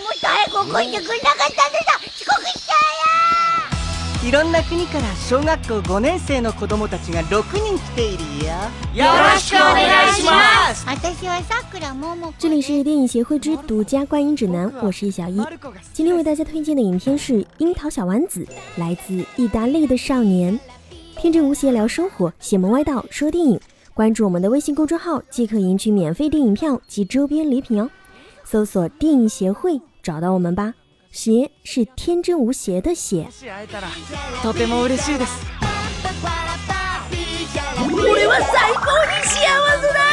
誰も起こしてくれなかったんだ。遅刻しちゃうよ。 いろんな国から小学校5年生の子供たちが6人来ているよ。 よろしくお願いします。 私はさくらもも。 这里是电影协会之独家观影指南，我是小一。今天为大家推荐的影片是《樱桃小丸子》，来自意大利的少年。天真无邪聊生活，邪门歪道说电影。关注我们的微信公众号即可赢取免费电影票及周边礼品哦。搜索电影协会找到我们吧。邪是天真无邪的邪。 とても嬉しいです。 俺は最高に幸せだ。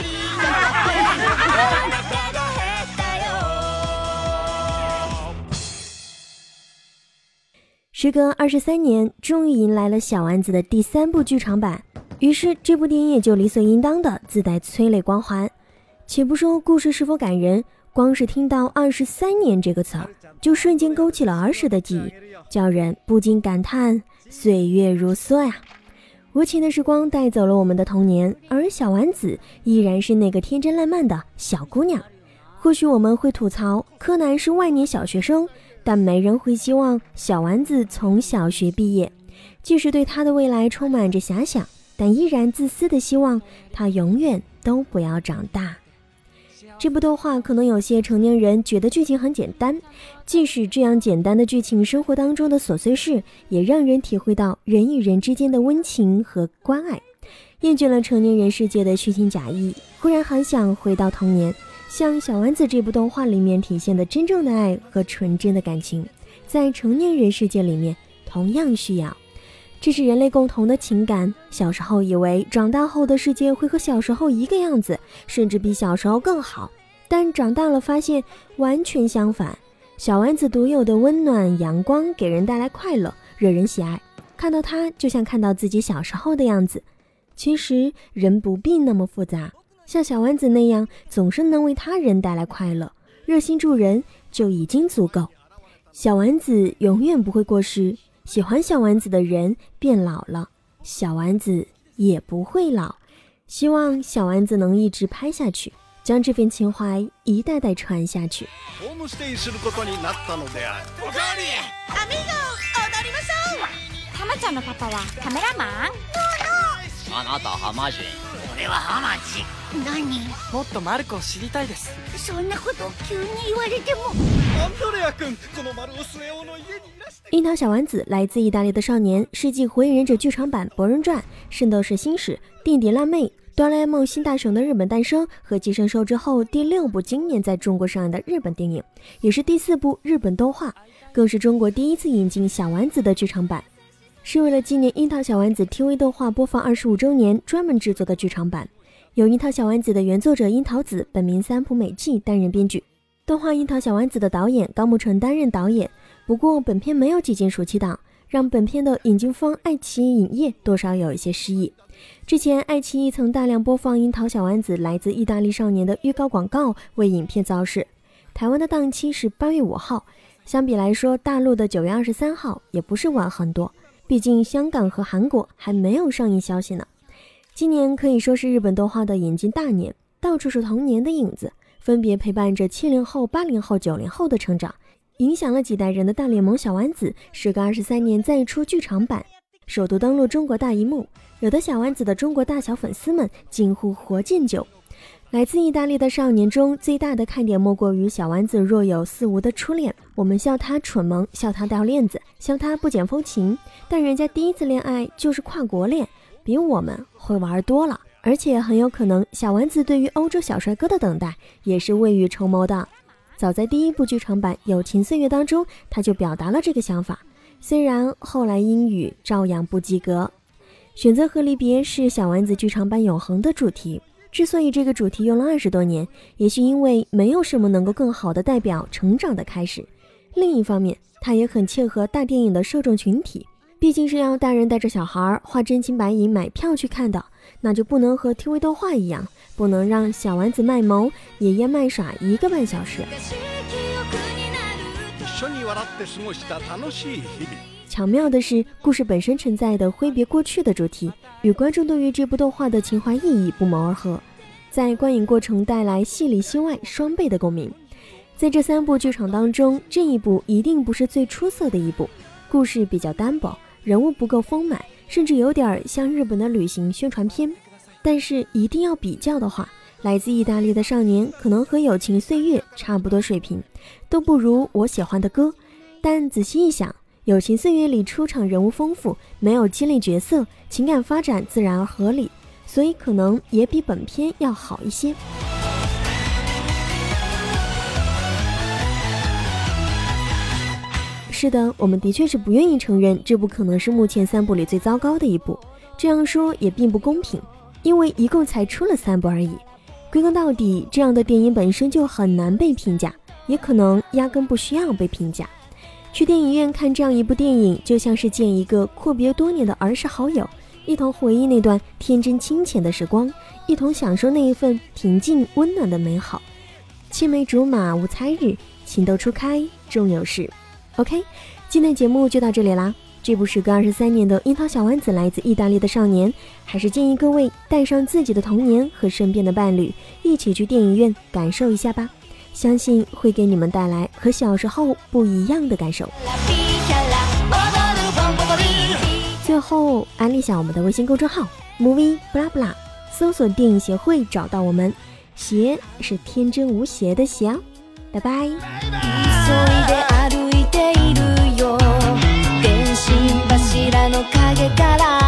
时隔23年，终于迎来了小丸子的第3部剧场版，于是这部电影也就理所应当的自带催泪光环。且不说故事是否感人，光是听到23年这个词儿，就瞬间勾起了儿时的记忆，叫人不禁感叹岁月如梭呀。无情的时光带走了我们的童年，而小丸子依然是那个天真烂漫的小姑娘。或许我们会吐槽柯南是万年小学生，但没人会希望小丸子从小学毕业。即使对她的未来充满着遐想，但依然自私的希望她永远都不要长大。这部动画可能有些成年人觉得剧情很简单，即使这样简单的剧情，生活当中的琐碎事也让人体会到人与人之间的温情和关爱。厌倦了成年人世界的虚情假意，忽然很想回到童年，像小丸子这部动画里面体现的真正的爱和纯真的感情，在成年人世界里面同样需要。这是人类共同的情感。小时候以为长大后的世界会和小时候一个样子，甚至比小时候更好，但长大了发现完全相反。小丸子独有的温暖阳光给人带来快乐，惹人喜爱，看到它就像看到自己小时候的样子。其实人不必那么复杂，像小丸子那样总是能为他人带来快乐，热心助人就已经足够。小丸子永远不会过时，喜欢小丸子的人变老了，小丸子也不会老。希望小丸子能一直拍下去，将这份情怀一代代传下去。 ホームステイすることになったのである。 おかわり。アミーゴ、踊りましょう。たまちゃんのパパはカメラマン？ あなた浜順。 俺はハマチ。何？ もっとマルコを知りたいです。 そんなこと急に言われても。 アンドレア君、この丸尾末男の家にいらして。 樱桃小丸子来自意大利的少年，世纪火影忍者剧场版、博人传、圣斗士星矢、垫底辣妹、哆啦 A 梦新大雄的日本诞生和寄生兽之后第6部今年在中国上映的日本电影，也是第4部日本动画，更是中国第一次引进小丸子的剧场版，是为了纪念樱桃小丸子 TV 动画播放25周年专门制作的剧场版。由樱桃小丸子的原作者樱桃子本名三浦美纪担任编剧，动画樱桃小丸子的导演高木纯担任导演。不过本片没有挤进暑期档，让本片的引进方爱奇艺影业多少有一些失意。之前爱奇艺曾大量播放樱桃小丸子来自意大利少年的预告广告为影片造势，台湾的档期是8月5号，相比来说大陆的9月23号也不是晚很多，毕竟香港和韩国还没有上映消息呢。今年可以说是日本动画的引进大年，到处是童年的影子，分别陪伴着70后、80后、90后的成长，影响了几代人的大联盟小丸子时隔23年再出剧场版，首度登陆中国大荧幕，惹得小丸子的中国大小粉丝们惊呼活见久。来自意大利的少年中最大的看点莫过于小丸子若有似无的初恋，我们笑他蠢萌，笑他掉链子，笑他不解风情，但人家第一次恋爱就是跨国恋，比我们会玩多了，而且很有可能小丸子对于欧洲小帅哥的等待也是未雨绸缪的。早在第1部剧场版《友情岁月》当中，他就表达了这个想法，虽然后来英语照样不及格。选择和离别是小丸子剧场版永恒的主题，之所以这个主题用了20多年，也是因为没有什么能够更好的代表成长的开始。另一方面，它也很切合大电影的受众群体，毕竟是要大人带着小孩花真金白银买票去看的，那就不能和 TV 动画一样，不能让小丸子卖萌，爷爷卖耍1个半小时。 一緒に笑って過ごした楽しい日々。 巧妙的是，故事本身承载的挥别过去的主题，与观众对于这部动画的情怀意义不谋而合，在观影过程带来戏里戏外双倍的共鸣。 在这3部剧场当中，这一部一定不是最出色的一部，故事比较单薄，人物不够丰满，甚至有点像日本的旅行宣传片。但是一定要比较的话，来自意大利的少年可能和友情岁月差不多水平，都不如我喜欢的歌。但仔细一想，友情岁月里出场人物丰富，没有激励角色，情感发展自然而合理，所以可能也比本片要好一些。是的，我们的确是不愿意承认这部可能是目前3部里最糟糕的一部，这样说也并不公平，因为一共才出了3部而已。归根到底，这样的电影本身就很难被评价，也可能压根不需要被评价。去电影院看这样一部电影，就像是见一个阔别多年的儿时好友，一同回忆那段天真清浅的时光，一同享受那一份平静温暖的美好。青梅竹马无猜日，情窦初开终有事。OK， 今天节目就到这里啦。这部时隔23年的樱桃小丸子来自意大利的少年，还是建议各位带上自己的童年和身边的伴侣，一起去电影院感受一下吧，相信会给你们带来和小时候不一样的感受。最后安利下我们的微信公众号 Movie Blah Blah， 搜索电影協會找到我們，邪是天真無邪的邪，拜拜。電信柱の陰から